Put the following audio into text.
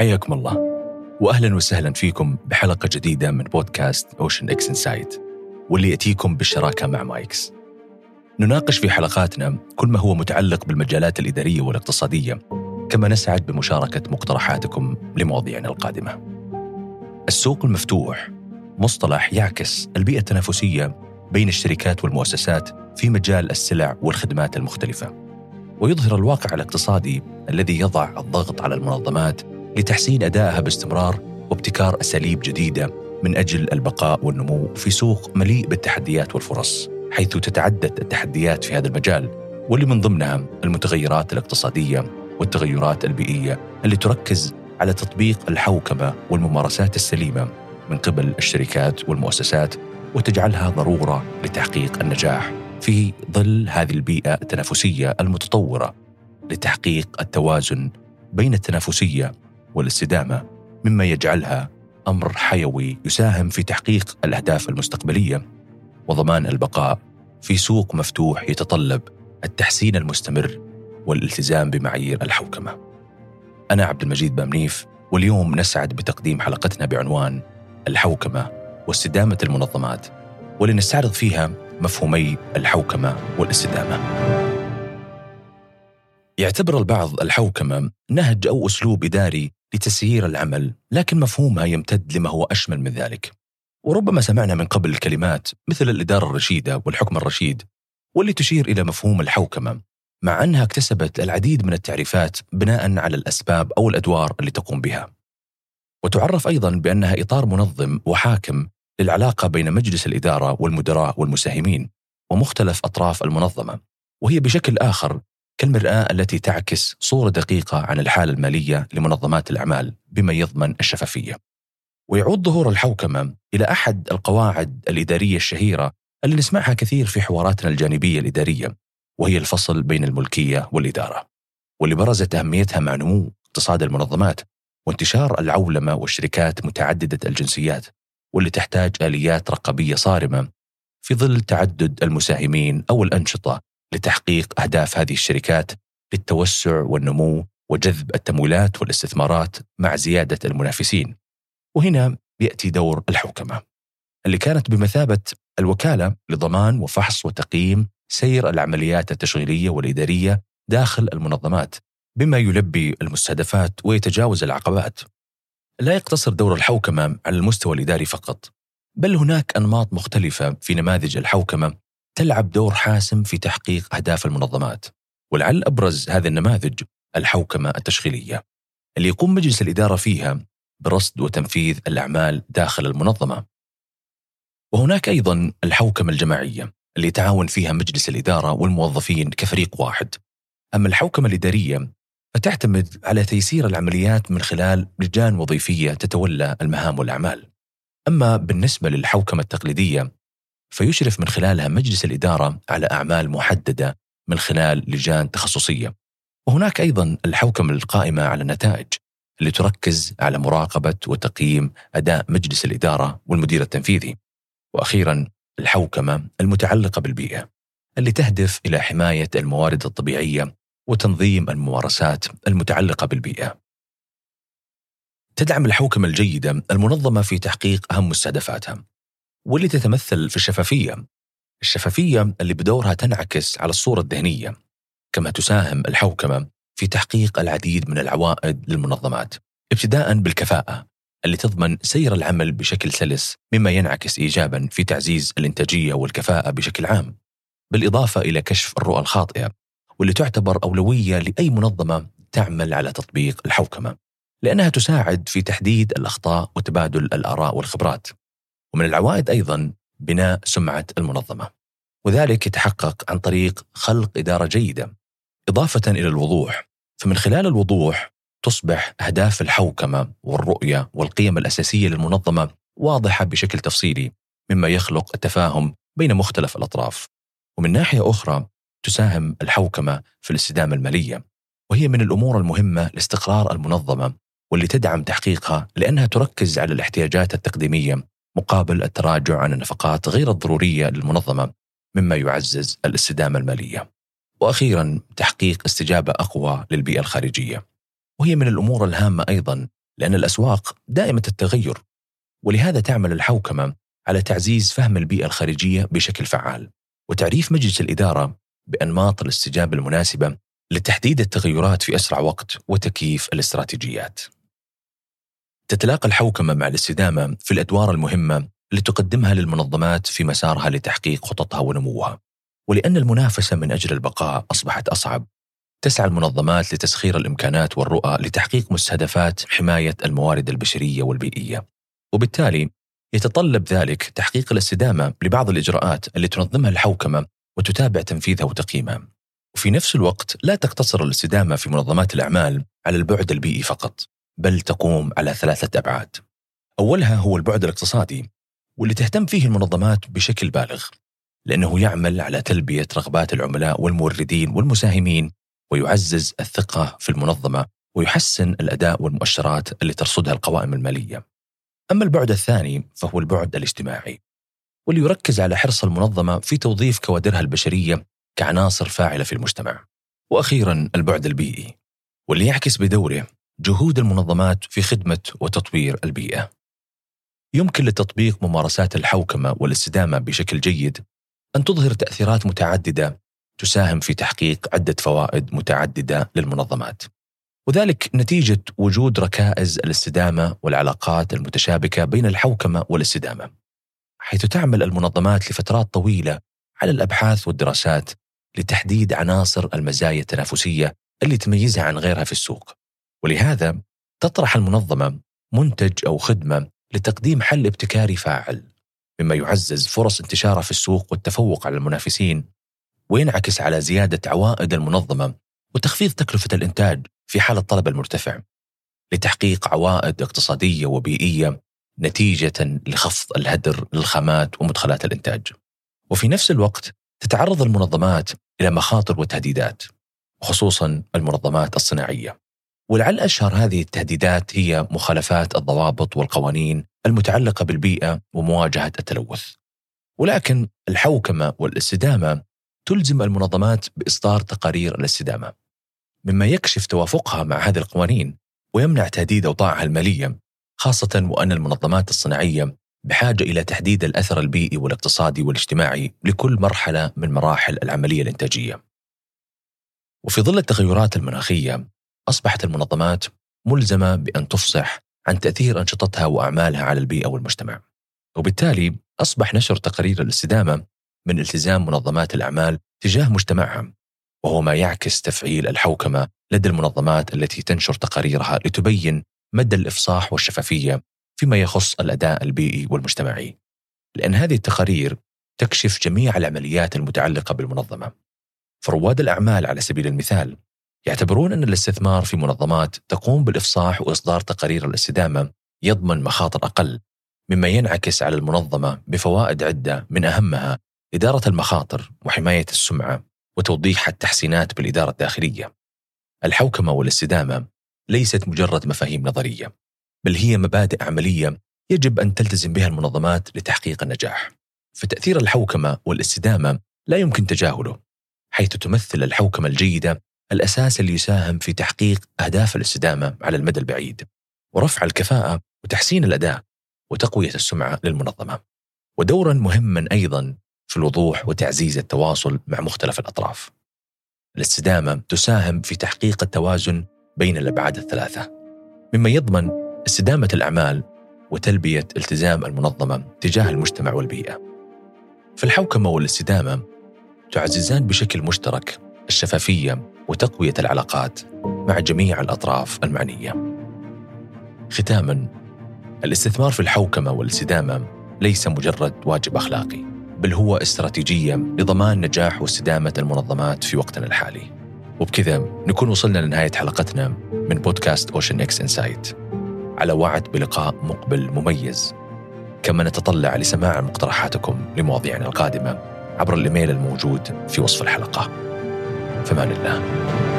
حياكم الله وأهلا وسهلا فيكم بحلقة جديدة من بودكاست Ocean X Insight، واللي يأتيكم بالشراكة مع مايكس. نناقش في حلقاتنا كل ما هو متعلق بالمجالات الإدارية والاقتصادية، كما نسعد بمشاركة مقترحاتكم لمواضيعنا القادمة. السوق المفتوح مصطلح يعكس البيئة التنافسية بين الشركات والمؤسسات في مجال السلع والخدمات المختلفة، ويظهر الواقع الاقتصادي الذي يضع الضغط على المنظمات لتحسين أدائها باستمرار وابتكار أساليب جديدة من أجل البقاء والنمو في سوق مليء بالتحديات والفرص، حيث تتعدد التحديات في هذا المجال، واللي من ضمنها المتغيرات الاقتصادية والتغيرات البيئية اللي تركز على تطبيق الحوكمة والممارسات السليمة من قبل الشركات والمؤسسات، وتجعلها ضرورة لتحقيق النجاح في ظل هذه البيئة التنافسية المتطورة لتحقيق التوازن بين التنافسية والاستدامة، مما يجعلها أمر حيوي يساهم في تحقيق الأهداف المستقبلية وضمان البقاء في سوق مفتوح يتطلب التحسين المستمر والالتزام بمعايير الحوكمة. أنا عبد المجيد بامنيف، واليوم نسعد بتقديم حلقتنا بعنوان الحوكمة واستدامة المنظمات، ولنستعرض فيها مفهومي الحوكمة والاستدامة. يعتبر البعض الحوكمة نهج أو أسلوب إداري لتسيير العمل، لكن مفهومها يمتد لما هو أشمل من ذلك. وربما سمعنا من قبل الكلمات مثل الإدارة الرشيدة والحكم الرشيد، واللي تشير إلى مفهوم الحوكمة، مع أنها اكتسبت العديد من التعريفات بناء على الأسباب أو الأدوار اللي تقوم بها. وتعرف أيضا بأنها إطار منظم وحاكم للعلاقة بين مجلس الإدارة والمدراء والمساهمين ومختلف أطراف المنظمة، وهي بشكل آخر كالمرآة التي تعكس صورة دقيقة عن الحالة المالية لمنظمات الأعمال بما يضمن الشفافية. ويعود ظهور الحوكمة إلى أحد القواعد الإدارية الشهيرة اللي نسمعها كثير في حواراتنا الجانبية الإدارية، وهي الفصل بين الملكية والإدارة، واللي برزت أهميتها مع نمو اقتصاد المنظمات وانتشار العولمة والشركات متعددة الجنسيات، واللي تحتاج آليات رقابية صارمة في ظل تعدد المساهمين أو الأنشطة لتحقيق أهداف هذه الشركات للتوسع والنمو وجذب التمويلات والاستثمارات مع زيادة المنافسين. وهنا يأتي دور الحوكمة اللي كانت بمثابة الوكالة لضمان وفحص وتقييم سير العمليات التشغيلية والإدارية داخل المنظمات، بما يلبي المستهدفات ويتجاوز العقبات. لا يقتصر دور الحوكمة على المستوى الإداري فقط، بل هناك أنماط مختلفة في نماذج الحوكمة تلعب دور حاسم في تحقيق أهداف المنظمات. ولعل أبرز هذه النماذج الحوكمة التشغيلية، اللي يقوم مجلس الإدارة فيها برصد وتنفيذ الأعمال داخل المنظمة. وهناك أيضا الحوكمة الجماعية اللي يتعاون فيها مجلس الإدارة والموظفين كفريق واحد. أما الحوكمة الإدارية فتعتمد على تيسير العمليات من خلال لجان وظيفية تتولى المهام والأعمال. أما بالنسبة للحوكمة التقليدية فيشرف من خلالها مجلس الإدارة على أعمال محددة من خلال لجان تخصصية. وهناك أيضا الحوكمة القائمة على النتائج اللي تركز على مراقبة وتقييم أداء مجلس الإدارة والمدير التنفيذي. وأخيرا الحوكمة المتعلقة بالبيئة اللي تهدف إلى حماية الموارد الطبيعية وتنظيم الممارسات المتعلقة بالبيئة. تدعم الحوكمة الجيدة المنظمة في تحقيق أهم مستهدفاتها، واللي تتمثل في الشفافية اللي بدورها تنعكس على الصورة الذهنية. كما تساهم الحوكمة في تحقيق العديد من العوائد للمنظمات، ابتداء بالكفاءة اللي تضمن سير العمل بشكل سلس، مما ينعكس إيجابا في تعزيز الإنتاجية والكفاءة بشكل عام، بالإضافة إلى كشف الرؤى الخاطئة، واللي تعتبر أولوية لأي منظمة تعمل على تطبيق الحوكمة، لأنها تساعد في تحديد الأخطاء وتبادل الآراء والخبرات. ومن العوائد أيضا بناء سمعة المنظمة، وذلك يتحقق عن طريق خلق إدارة جيدة، إضافة إلى الوضوح. فمن خلال الوضوح تصبح أهداف الحوكمة والرؤية والقيم الأساسية للمنظمة واضحة بشكل تفصيلي، مما يخلق التفاهم بين مختلف الأطراف. ومن ناحية أخرى تساهم الحوكمة في الاستدامة المالية، وهي من الأمور المهمة لاستقرار المنظمة واللي تدعم تحقيقها، لأنها تركز على الاحتياجات التقديمية مقابل التراجع عن النفقات غير الضرورية للمنظمة، مما يعزز الاستدامة المالية. وأخيرا تحقيق استجابة أقوى للبيئة الخارجية، وهي من الأمور الهامة أيضا، لأن الأسواق دائمة التغير، ولهذا تعمل الحوكمة على تعزيز فهم البيئة الخارجية بشكل فعال، وتعريف مجلس الإدارة بأنماط الاستجابة المناسبة لتحديد التغيرات في أسرع وقت وتكييف الاستراتيجيات. تتلاقى الحوكمة مع الاستدامة في الأدوار المهمة اللي تقدمها للمنظمات في مسارها لتحقيق خططها ونموها. ولأن المنافسة من أجل البقاء أصبحت أصعب، تسعى المنظمات لتسخير الإمكانات والرؤى لتحقيق مستهدفات حماية الموارد البشرية والبيئية، وبالتالي يتطلب ذلك تحقيق الاستدامة لبعض الإجراءات اللي تنظمها الحوكمة وتتابع تنفيذها وتقييمها. وفي نفس الوقت لا تقتصر الاستدامة في منظمات الأعمال على البعد البيئي فقط، بل تقوم على 3 أبعاد. أولها هو البعد الاقتصادي، واللي تهتم فيه المنظمات بشكل بالغ، لأنه يعمل على تلبية رغبات العملاء والموردين والمساهمين، ويعزز الثقة في المنظمة ويحسن الأداء والمؤشرات اللي ترصدها القوائم المالية. أما البعد الثاني فهو البعد الاجتماعي، واللي يركز على حرص المنظمة في توظيف كوادرها البشرية كعناصر فاعلة في المجتمع. وأخيراً البعد البيئي، واللي يعكس بدوره جهود المنظمات في خدمة وتطوير البيئة. يمكن لتطبيق ممارسات الحوكمة والاستدامة بشكل جيد أن تظهر تأثيرات متعددة تساهم في تحقيق عدة فوائد متعددة للمنظمات، وذلك نتيجة وجود ركائز الاستدامة والعلاقات المتشابكة بين الحوكمة والاستدامة، حيث تعمل المنظمات لفترات طويلة على الأبحاث والدراسات لتحديد عناصر المزايا التنافسية اللي تميزها عن غيرها في السوق. ولهذا تطرح المنظمة منتج أو خدمة لتقديم حل ابتكاري فاعل، مما يعزز فرص انتشارها في السوق والتفوق على المنافسين، وينعكس على زيادة عوائد المنظمة وتخفيض تكلفة الإنتاج في حال الطلب المرتفع، لتحقيق عوائد اقتصادية وبيئية نتيجة لخفض الهدر للخامات ومدخلات الإنتاج. وفي نفس الوقت تتعرض المنظمات إلى مخاطر وتهديدات، وخصوصا المنظمات الصناعية، ولعل أشهر هذه التهديدات هي مخالفات الضوابط والقوانين المتعلقة بالبيئة ومواجهة التلوث. ولكن الحوكمة والاستدامة تلزم المنظمات بإصدار تقارير الاستدامة، مما يكشف توافقها مع هذه القوانين ويمنع تهديد أوضاعها المالية، خاصة وأن المنظمات الصناعية بحاجة إلى تحديد الأثر البيئي والاقتصادي والاجتماعي لكل مرحلة من مراحل العملية الإنتاجية. وفي ظل التغيرات المناخية أصبحت المنظمات ملزمة بأن تفصح عن تأثير أنشطتها وأعمالها على البيئة والمجتمع، وبالتالي أصبح نشر تقارير الاستدامة من التزام منظمات الأعمال تجاه مجتمعها، وهو ما يعكس تفعيل الحوكمة لدى المنظمات التي تنشر تقاريرها لتبين مدى الإفصاح والشفافية فيما يخص الأداء البيئي والمجتمعي، لأن هذه التقارير تكشف جميع العمليات المتعلقة بالمنظمة. فرواد الأعمال على سبيل المثال يعتبرون أن الاستثمار في منظمات تقوم بالإفصاح وإصدار تقارير الاستدامة يضمن مخاطر أقل، مما ينعكس على المنظمة بفوائد عدة، من أهمها إدارة المخاطر وحماية السمعة وتوضيح التحسينات بالإدارة الداخلية. الحوكمة والاستدامة ليست مجرد مفاهيم نظرية، بل هي مبادئ عملية يجب أن تلتزم بها المنظمات لتحقيق النجاح. فتأثير الحوكمة والاستدامة لا يمكن تجاهله، حيث تمثل الحوكمة الجيدة الأساس اللي يساهم في تحقيق أهداف الاستدامة على المدى البعيد، ورفع الكفاءة وتحسين الأداء وتقوية السمعة للمنظمة، ودورا مهما أيضا في الوضوح وتعزيز التواصل مع مختلف الأطراف. الاستدامة تساهم في تحقيق التوازن بين الأبعاد الثلاثة، مما يضمن استدامة الأعمال وتلبية التزام المنظمة تجاه المجتمع والبيئة. فالحوكمة والاستدامة تعززان بشكل مشترك الشفافية وتقوية العلاقات مع جميع الأطراف المعنية. ختاماً، الاستثمار في الحوكمة والاستدامة ليس مجرد واجب أخلاقي، بل هو استراتيجية لضمان نجاح واستدامة المنظمات في وقتنا الحالي. وبكذا نكون وصلنا لنهاية حلقتنا من بودكاست أوشن إكس إنسايت، على وعد بلقاء مقبل مميز، كما نتطلع لسماع مقترحاتكم لمواضيعنا القادمة عبر الإيميل الموجود في وصف الحلقة. فمان الله.